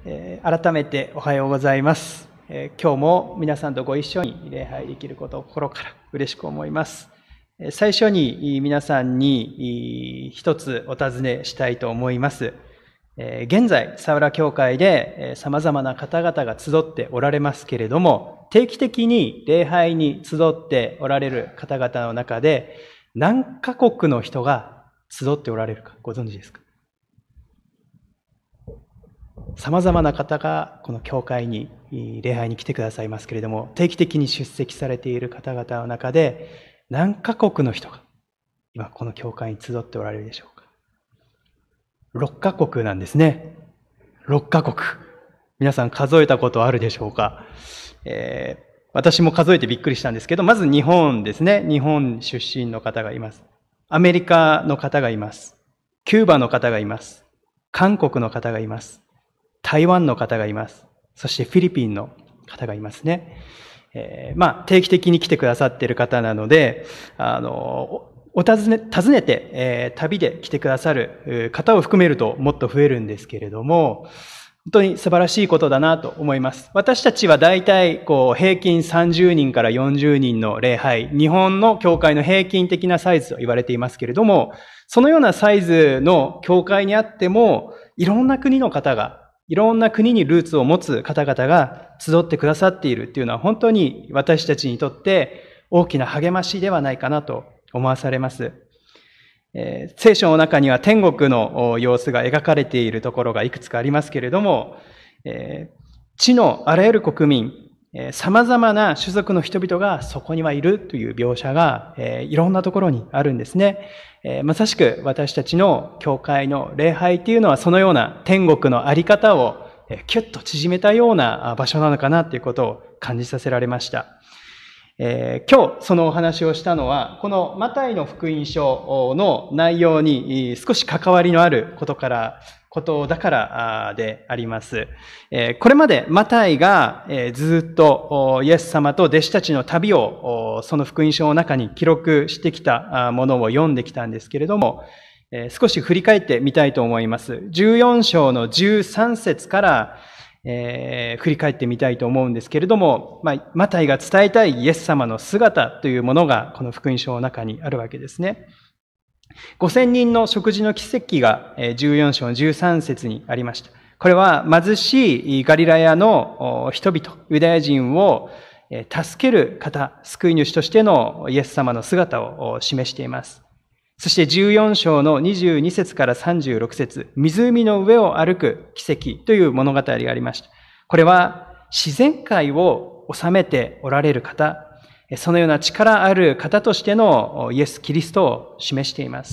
改めておはようございます。今日も皆さんとご一緒に礼拝できることを心から嬉しく思います。最初に皆さんに一つお尋ねしたいと思います。現在、佐浦教会で様々な方々が集っておられますけれども、定期的に礼拝に集っておられる方々の中で、何カ国の人が集っておられるかご存知ですか？様々な方がこの教会に礼拝に来てくださいますけれども、定期的に出席されている方々の中で何カ国の人が今この教会に集っておられるでしょうか？6カ国なんですね。6カ国。皆さん数えたことあるでしょうか？私も数えてびっくりしたんですけど、まず日本ですね。日本出身の方がいます。アメリカの方がいます。キューバの方がいます。韓国の方がいます。台湾の方がいます。そしてフィリピンの方がいますね。定期的に来てくださっている方なので、訪ねて、旅で来てくださる方を含めるともっと増えるんですけれども、本当に素晴らしいことだなと思います。私たちはだいたい平均30人から40人の礼拝、日本の教会の平均的なサイズと言われていますけれども、そのようなサイズの教会にあっても、いろんな国の方が、いろんな国にルーツを持つ方々が集ってくださっているっていうのは本当に私たちにとって大きな励ましではないかなと思わされます。聖書の中には天国の様子が描かれているところがいくつかありますけれども、地のあらゆる国民、様々な種族の人々がそこにはいるという描写がいろんなところにあるんですね。まさしく私たちの教会の礼拝っていうのはそのような天国のあり方をキュッと縮めたような場所なのかなということを感じさせられました。今日そのお話をしたのは、このマタイの福音書の内容に少し関わりのあることだからであります。これまでマタイがずっとイエス様と弟子たちの旅をその福音書の中に記録してきたものを読んできたんですけれども、少し振り返ってみたいと思います。14章の13節から振り返ってみたいと思うんですけれども、マタイが伝えたいイエス様の姿というものがこの福音書の中にあるわけですね。5000人の食事の奇跡が14章の13節にありました。これは貧しいガリラヤの人々、ユダヤ人を助ける方、救い主としてのイエス様の姿を示しています。そして14章の22節から36節、湖の上を歩く奇跡という物語がありました。これは自然界を治めておられる方、そのような力ある方としてのイエス・キリストを示しています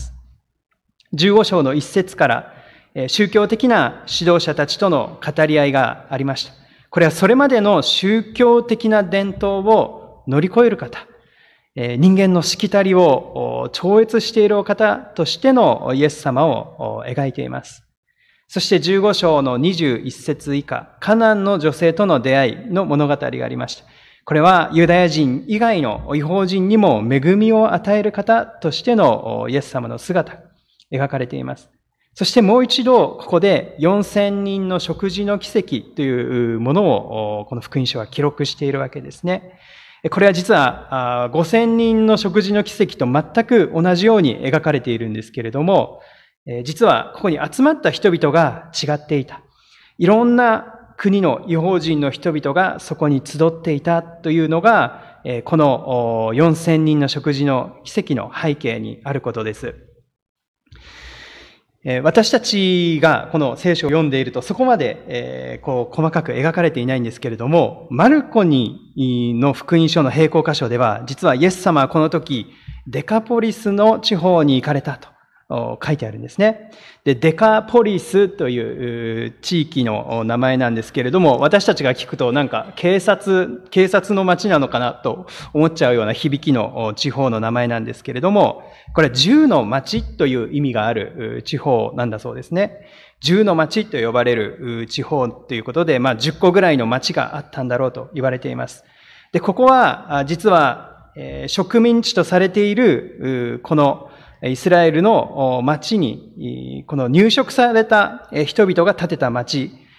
。15章の1節から宗教的な指導者たちとの語り合いがありました。これはそれまでの宗教的な伝統を乗り越える方、人間のしきたりを超越しているお方としてのイエス様を描いています。そして15章の21節以下、カナンの女性との出会いの物語がありました。これはユダヤ人以外の異邦人にも恵みを与える方としてのイエス様の姿、描かれています。そしてもう一度ここで4000人の食事の奇跡というものをこの福音書は記録しているわけですね。これは実は5000人の食事の奇跡と全く同じように描かれているんですけれども、実はここに集まった人々が違っていた。いろんな国の異邦人の人々がそこに集っていたというのが、この4000人の食事の奇跡の背景にあることです。私たちがこの聖書を読んでいるとそこまで細かく描かれていないんですけれども、マルコの福音書の並行箇所では、実はイエス様はこの時デカポリスの地方に行かれたと書いてあるんですね。で、デカポリスという地域の名前なんですけれども、私たちが聞くとなんか警察の町なのかなと思っちゃうような響きの地方の名前なんですけれども、これは銃の町という意味がある地方なんだそうですね。銃の町と呼ばれる地方ということで、10個ぐらいの町があったんだろうと言われています。で、ここは実は植民地とされているこのイスラエルの町に、この入植された人々が建てた町、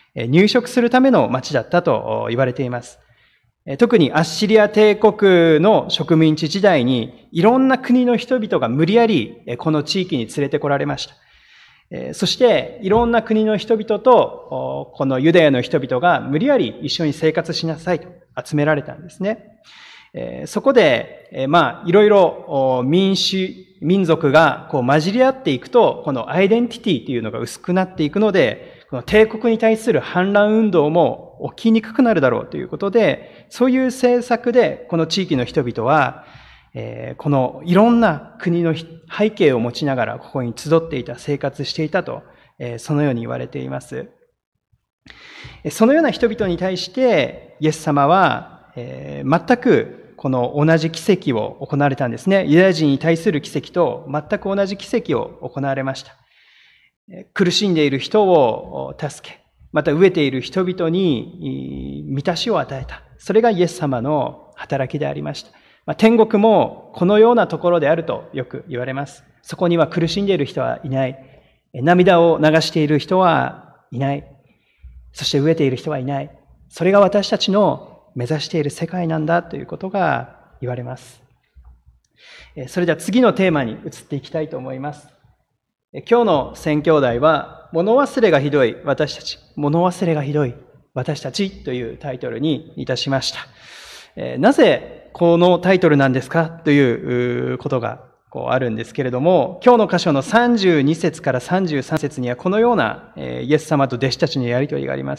入植するための町だったと言われています。特にアッシリア帝国の植民地時代にいろんな国の人々が無理やりこの地域に連れてこられました。そしていろんな国の人々とこのユダヤの人々が無理やり一緒に生活しなさいと集められたんですね。そこでいろいろ民族が混じり合っていくと、このアイデンティティというのが薄くなっていくので、この帝国に対する反乱運動も起きにくくなるだろうということで、そういう政策でこの地域の人々は、このいろんな国の背景を持ちながらここに集っていた、生活していたと、そのように言われています。そのような人々に対してイエス様は、全くこの同じ奇跡を行われたんですね。ユダヤ人に対する奇跡と全く同じ奇跡を行われました。苦しんでいる人を助け、また飢えている人々に満たしを与えた。それがイエス様の働きでありました。天国もこのようなところであるとよく言われます。そこには苦しんでいる人はいない。涙を流している人はいない。そして飢えている人はいない。それが私たちの目指している世界なんだということが言われます。それでは次のテーマに移っていきたいと思います。今日の宣教題は、物忘れがひどい私たち、物忘れがひどい私たちというタイトルにいたしました。なぜこのタイトルなんですかということがあるんですけれども、今日の箇所の32節から33節にはこのようなイエス様と弟子たちのやりとりがあります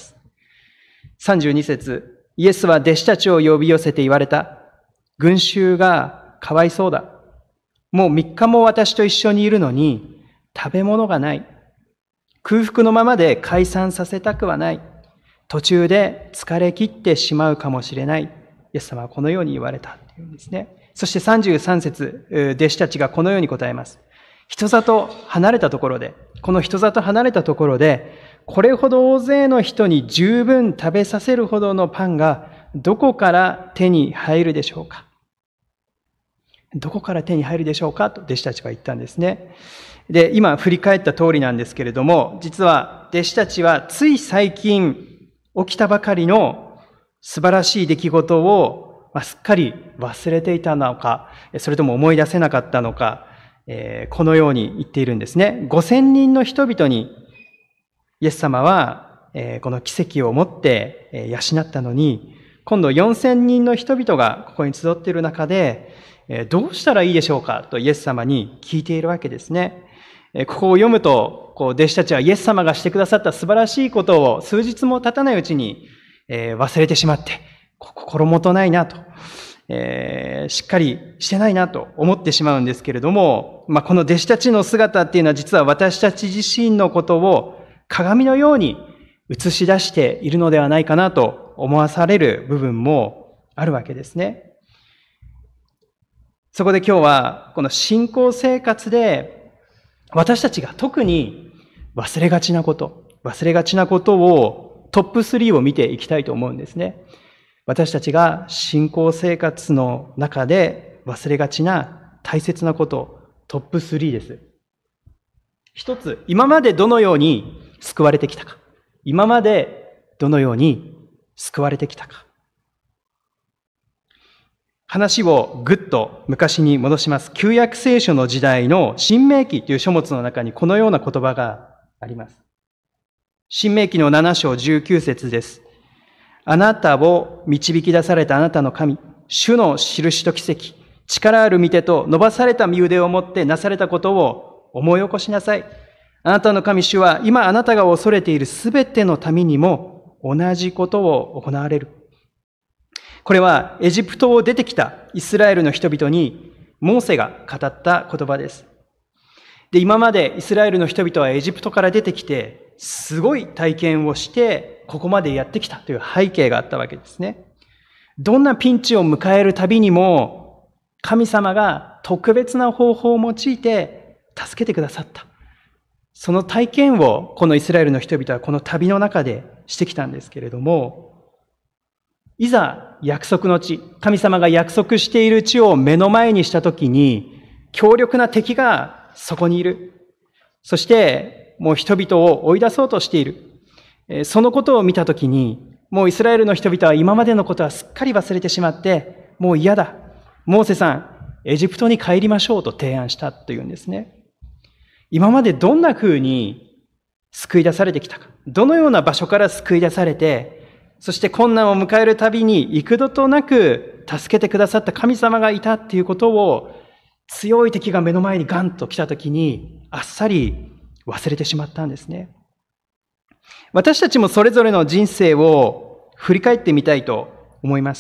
。32節、イエスは弟子たちを呼び寄せて言われた。群衆がかわいそうだ。もう3日も私と一緒にいるのに食べ物がない。空腹のままで解散させたくはない。途中で疲れ切ってしまうかもしれない。イエス様はこのように言われたというんですね。そして33節、弟子たちがこのように答えます。人里離れたところで、この人里離れたところで、これほど大勢の人に十分食べさせるほどのパンがどこから手に入るでしょうか。どこから手に入るでしょうかと弟子たちは言ったんですね。で、今振り返った通りなんですけれども、実は弟子たちはつい最近起きたばかりの素晴らしい出来事をすっかり忘れていたのか、それとも思い出せなかったのか、このように言っているんですね。5000人の人々にイエス様はこの奇跡をもって養ったのに、今度4000人の人々がここに集っている中で、どうしたらいいでしょうかとイエス様に聞いているわけですね。ここを読むと、弟子たちはイエス様がしてくださった素晴らしいことを数日も経たないうちに忘れてしまって、心もとないなと、しっかりしてないなと思ってしまうんですけれども、この弟子たちの姿っていうのは実は私たち自身のことを鏡のように映し出しているのではないかなと思わされる部分もあるわけですね。そこで今日はこの信仰生活で私たちが特に忘れがちなことをトップ3を見ていきたいと思うんですね。私たちが信仰生活の中で忘れがちな大切なこと、トップ3です。一つ、今までどのように救われてきたか。今までどのように救われてきたか。話をぐっと昔に戻します。旧約聖書の時代の申命記という書物の中にこのような言葉があります。申命記の7章19節です。あなたを導き出されたあなたの神、主の印と奇跡、力ある御手と伸ばされた御腕を持ってなされたことを思い起こしなさい。あなたの神主は今あなたが恐れているすべての民にも同じことを行われる。これはエジプトを出てきたイスラエルの人々にモーセが語った言葉です。で、今までイスラエルの人々はエジプトから出てきてすごい体験をしてここまでやってきたという背景があったわけですね。どんなピンチを迎えるたびにも神様が特別な方法を用いて助けてくださった。その体験をこのイスラエルの人々はこの旅の中でしてきたんですけれども、いざ約束の地、神様が約束している地を目の前にしたときに、強力な敵がそこにいる。そしてもう人々を追い出そうとしている。 そのことを見たときに、もうイスラエルの人々は今までのことはすっかり忘れてしまって、もう嫌だ。モーセさん、エジプトに帰りましょうと提案したというんですね。今までどんな風に救い出されてきたか。どのような場所から救い出されて、そして困難を迎えるたびに幾度となく助けてくださった神様がいたっていうことを、強い敵が目の前にガンと来たときに、あっさり忘れてしまったんですね。私たちもそれぞれの人生を振り返ってみたいと思います。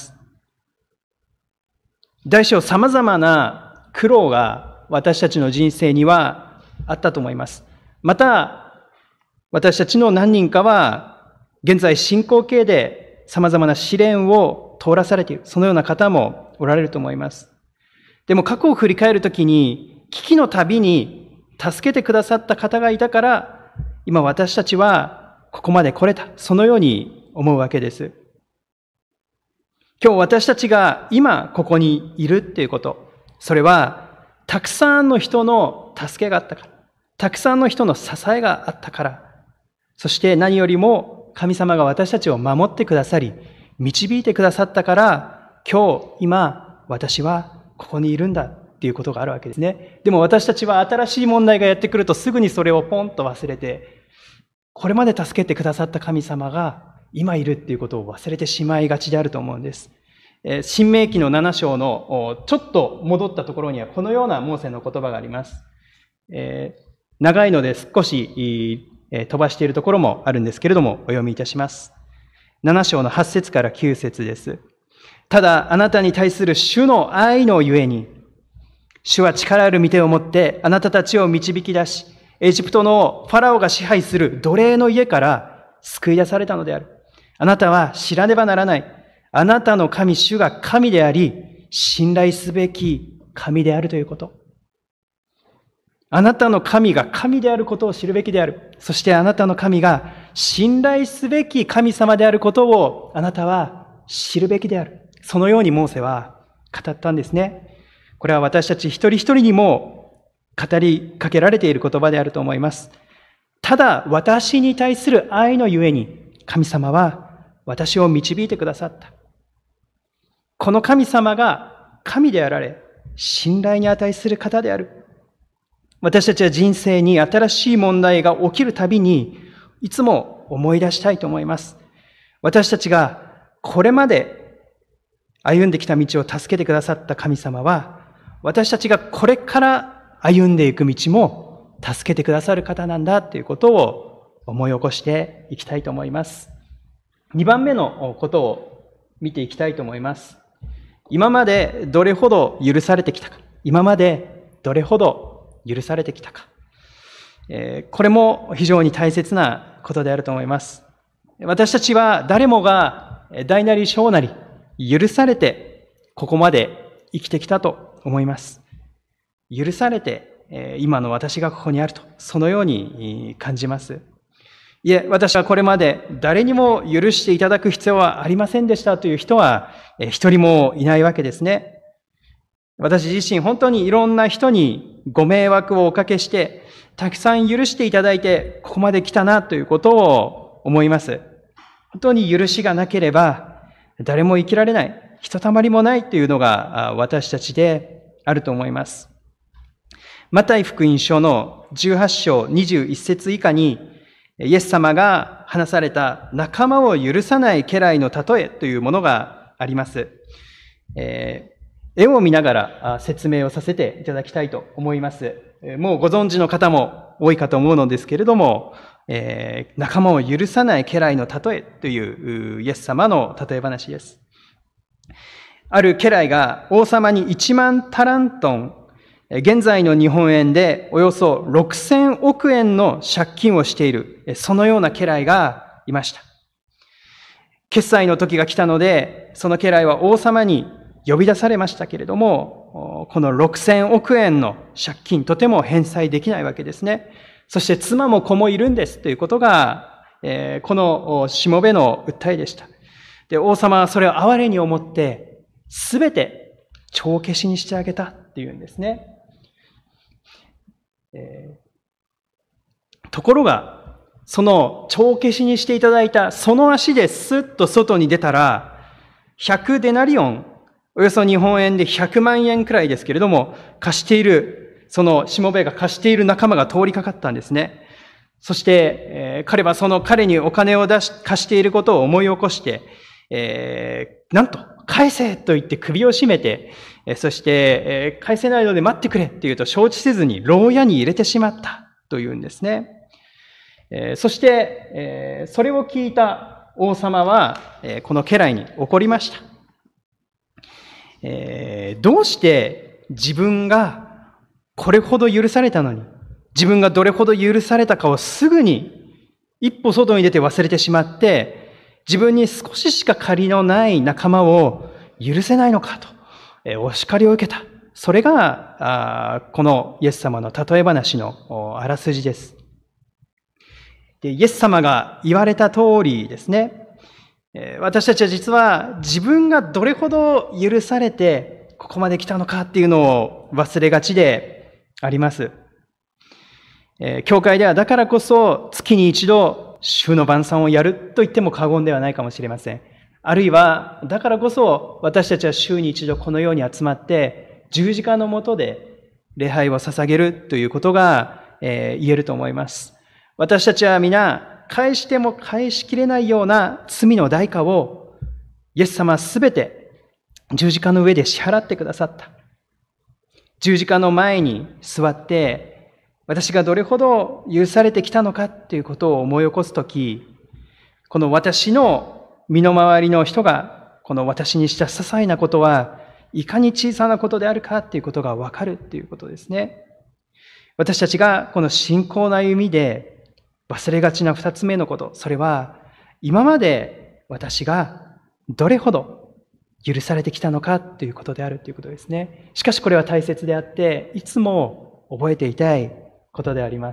大小様々な苦労が私たちの人生にはあったと思います。また、私たちの何人かは現在進行形で様々な試練を通らされている、そのような方もおられると思います。でも過去を振り返るときに、危機のたびに助けてくださった方がいたから、今私たちはここまで来れた。そのように思うわけです。今日私たちが今ここにいるっていうこと、それはたくさんの人の助けがあったから、たくさんの人の支えがあったから、そして何よりも神様が私たちを守ってくださり、導いてくださったから、今私はここにいるんだっていうことがあるわけですね。でも私たちは新しい問題がやってくるとすぐにそれをポンと忘れて、これまで助けてくださった神様が今いるっていうことを忘れてしまいがちであると思うんです。申命記の7章のちょっと戻ったところにはこのようなモーセの言葉があります。長いので少し飛ばしているところもあるんですけれどもお読みいたします。7章の8節から9節です。ただあなたに対する主の愛のゆえに、主は力ある御手を持ってあなたたちを導き出し、エジプトのファラオが支配する奴隷の家から救い出されたのである。あなたは知らねばならない。あなたの神、主が神であり、信頼すべき神であるということ。あなたの神が神であることを知るべきである。そしてあなたの神が信頼すべき神様であることをあなたは知るべきである。そのようにモーセは語ったんですね。これは私たち一人一人にも語りかけられている言葉であると思います。ただ私に対する愛のゆえに神様は私を導いてくださった。この神様が神であられ、信頼に値する方である。私たちは人生に新しい問題が起きるたびにいつも思い出したいと思います。私たちがこれまで歩んできた道を助けてくださった神様は、私たちがこれから歩んでいく道も助けてくださる方なんだということを思い起こしていきたいと思います。2番目のことを見ていきたいと思います。今までどれほど許されてきたか。今までどれほど許されてきたか。これも非常に大切なことであると思います。私たちは誰もが大なり小なり許されてここまで生きてきたと思います。許されて今の私がここにあると、そのように感じます。いえ、私はこれまで誰にも許していただく必要はありませんでしたという人は一人もいないわけですね。私自身本当にいろんな人にご迷惑をおかけして、たくさん許していただいてここまで来たなということを思います。本当に許しがなければ誰も生きられない、ひとたまりもないというのが私たちであると思います。マタイ福音書の18章21節以下にイエス様が話された仲間を許さない家来の例えというものがあります。絵を見ながら説明をさせていただきたいと思います。もうご存知の方も多いかと思うのですけれども、仲間を許さない家来の例えというイエス様の例え話です。ある家来が王様に1万タラントン、現在の日本円でおよそ6000億円の借金をしている、そのような家来がいました。決済の時が来たので、その家来は王様に呼び出されましたけれども、この6000億円の借金、とても返済できないわけですね。そして妻も子もいるんですということが、このしもべの訴えでした。で、王様はそれを哀れに思って、すべて帳消しにしてあげたっていうんですね。ところが、 その帳消しにしていただいたその足でスッと外に出たら、100デナリオン、およそ日本円で100万円くらいですけれども、貸している、そのしもべが貸している仲間が通りかかったんですね。そして、彼はその彼にお金を貸していることを思い起こして、なんと、返せと言って首を絞めて、そして、返せないので待ってくれって言うと承知せずに牢屋に入れてしまったというんですね。そして、それを聞いた王様は、この家来に怒りました。どうして自分がこれほど許されたのに、自分がどれほど許されたかをすぐに一歩外に出て忘れてしまって、自分に少ししか借りのない仲間を許せないのかと、お叱りを受けた。それが、このイエス様の例え話のあらすじです。で、イエス様が言われた通りですね、私たちは実は自分がどれほど許されてここまで来たのかっていうのを忘れがちであります。教会ではだからこそ月に一度主の晩餐をやると言っても過言ではないかもしれません。あるいはだからこそ私たちは週に一度このように集まって十字架の下で礼拝を捧げるということが言えると思います。私たちは皆返しても返しきれないような罪の代価をイエス様はすべて十字架の上で支払ってくださった。十字架の前に座って私がどれほど許されてきたのかということを思い起こすとき、この私の身の回りの人がこの私にした些細なことはいかに小さなことであるかということがわかるということですね。私たちがこの信仰の歩みで忘れがちな二つ目のこと、それは今まで私がどれほど許されてきたのかということであるということですね。しかしこれは大切であって、いつも覚えていたいことであります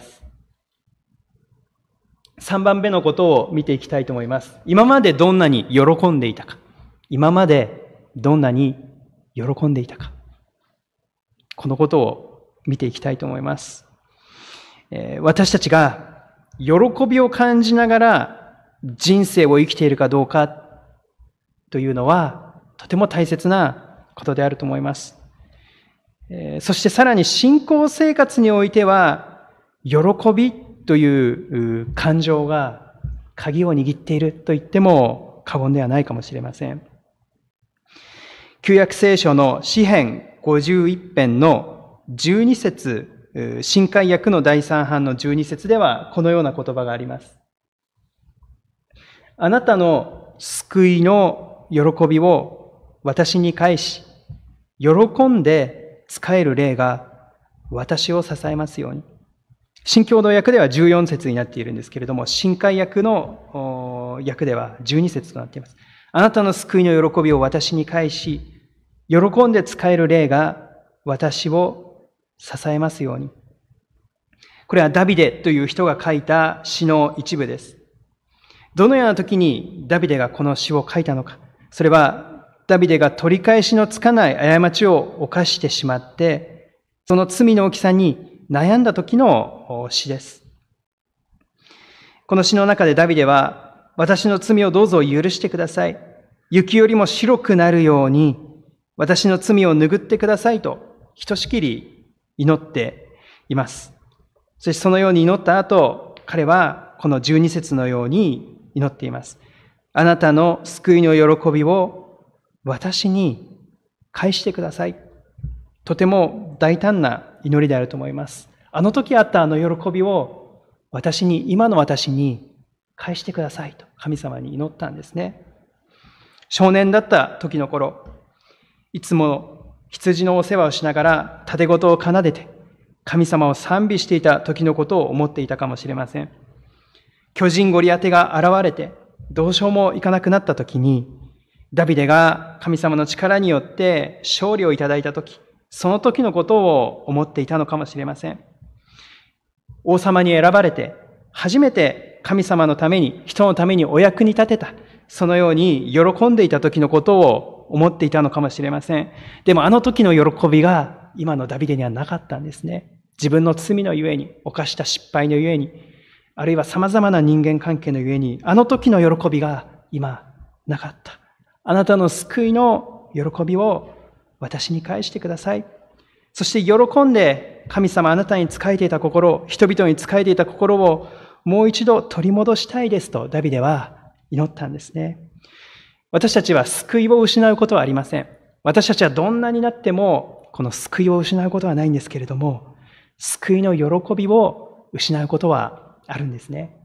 。3番目のことを見ていきたいと思います。今までどんなに喜んでいたか。今までどんなに喜んでいたか。このことを見ていきたいと思います。私たちが喜びを感じながら人生を生きているかどうかというのはとても大切なことであると思います。そしてさらに信仰生活においては、喜びという感情が鍵を握っていると言っても過言ではないかもしれません。旧約聖書の詩編51編の12節、新海訳の第3版の12節ではこのような言葉があります。あなたの救いの喜びを私に返し、喜んで仕える霊が私を支えますように。新共同訳では14節になっているんですけれども、新海訳の訳では12節となっています。あなたの救いの喜びを私に返し、喜んで仕える霊が私を支えますように。これはダビデという人が書いた詩の一部です。どのような時にダビデがこの詩を書いたのか。それはダビデが取り返しのつかない過ちを犯してしまって、その罪の大きさに悩んだ時の詩です。この詩の中でダビデは、私の罪をどうぞ許してください。雪よりも白くなるように、私の罪を拭ってくださいと、ひとしきり祈っています。そしてそのように祈った後、彼はこの12節のように祈っています。あなたの救いの喜びを私に返してください。とても大胆な祈りであると思います。あの時あったあの喜びを今の私に返してくださいと神様に祈ったんですね。少年だった時の頃、いつも羊のお世話をしながら竪琴を奏でて神様を賛美していた時のことを思っていたかもしれません。巨人ゴリアテが現れてどうしようもいかなくなった時に、ダビデが神様の力によって勝利をいただいたとき、その時のことを思っていたのかもしれません。王様に選ばれて、初めて神様のために、人のためにお役に立てた、そのように喜んでいた時のことを思っていたのかもしれません。でもあの時の喜びが今のダビデにはなかったんですね。自分の罪のゆえに、犯した失敗のゆえに、 あるいは様々な人間関係のゆえに、あの時の喜びが今なかった。あなたの救いの喜びを私に返してください。そして喜んで神様あなたに仕えていた心、人々に仕えていた心をもう一度取り戻したいですとダビデは祈ったんですね。私たちは救いを失うことはありません。私たちはどんなになってもこの救いを失うことはないんですけれども、救いの喜びを失うことはあるんですね。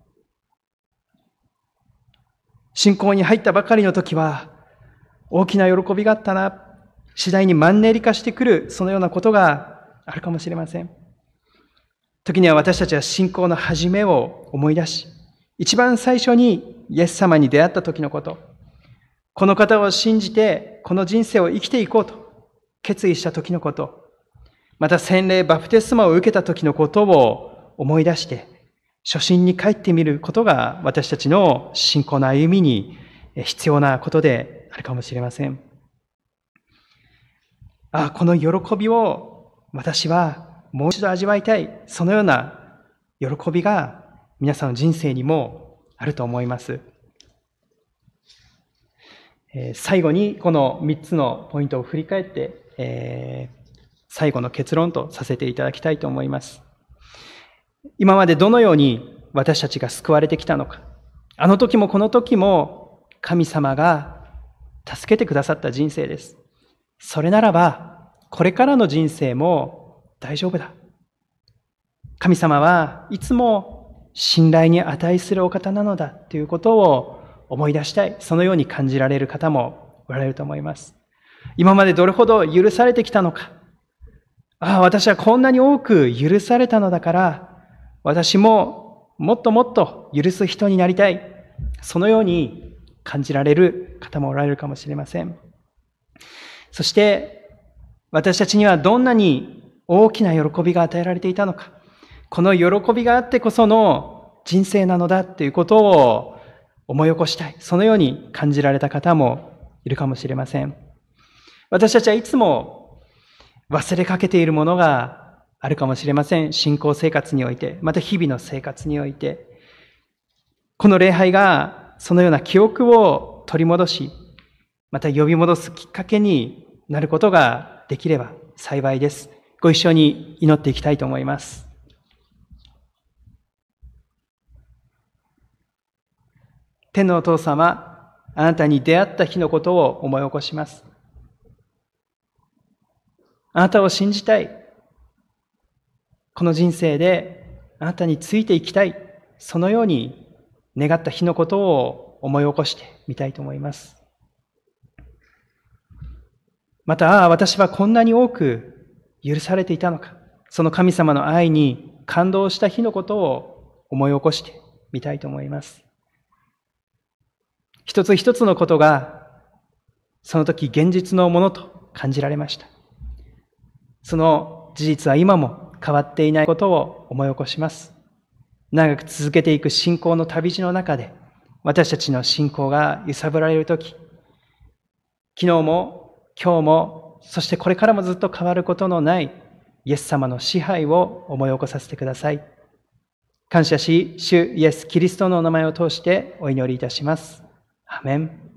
信仰に入ったばかりの時は大きな喜びがあったな、次第にマンネリ化してくる、そのようなことがあるかもしれません。時には私たちは信仰の始めを思い出し、一番最初にイエス様に出会った時のこと、この方を信じてこの人生を生きていこうと決意した時のこと、また洗礼バプテスマを受けた時のことを思い出して初心に帰ってみることが私たちの信仰の歩みに必要なことであるかもしれません。この喜びを私はもう一度味わいたい。そのような喜びが皆さんの人生にもあると思います。最後にこの3つのポイントを振り返って、最後の結論とさせていただきたいと思います。今までどのように私たちが救われてきたのか。あの時もこの時も神様が助けてくださった人生です。それならば、これからの人生も大丈夫だ。神様はいつも信頼に値するお方なのだということを思い出したい。そのように感じられる方もおられると思います。今までどれほど許されてきたのか。私はこんなに多く許されたのだから、私ももっともっと許す人になりたい。そのように感じられる方もおられるかもしれません。そして私たちにはどんなに大きな喜びが与えられていたのか。この喜びがあってこその人生なのだということを思い起こしたい。そのように感じられた方もいるかもしれません。私たちはいつも忘れかけているものがあるかもしれません。信仰生活において、また日々の生活において。この礼拝がそのような記憶を取り戻し、また呼び戻すきっかけになることができれば幸いです。ご一緒に祈っていきたいと思います。天のお父様、あなたに出会った日のことを思い起こします。あなたを信じたい。この人生であなたについていきたい。そのように願った日のことを思い起こしてみたいと思います。また、私はこんなに多く許されていたのか。その神様の愛に感動した日のことを思い起こしてみたいと思います。一つ一つのことがその時現実のものと感じられました。その事実は今も変わっていないことを思い起こします。長く続けていく信仰の旅路の中で私たちの信仰が揺さぶられるとき、昨日も今日も、そしてこれからもずっと変わることのないイエス様の支配を思い起こさせてください。感謝し、主イエス・キリストのお名前を通してお祈りいたします。アーメン。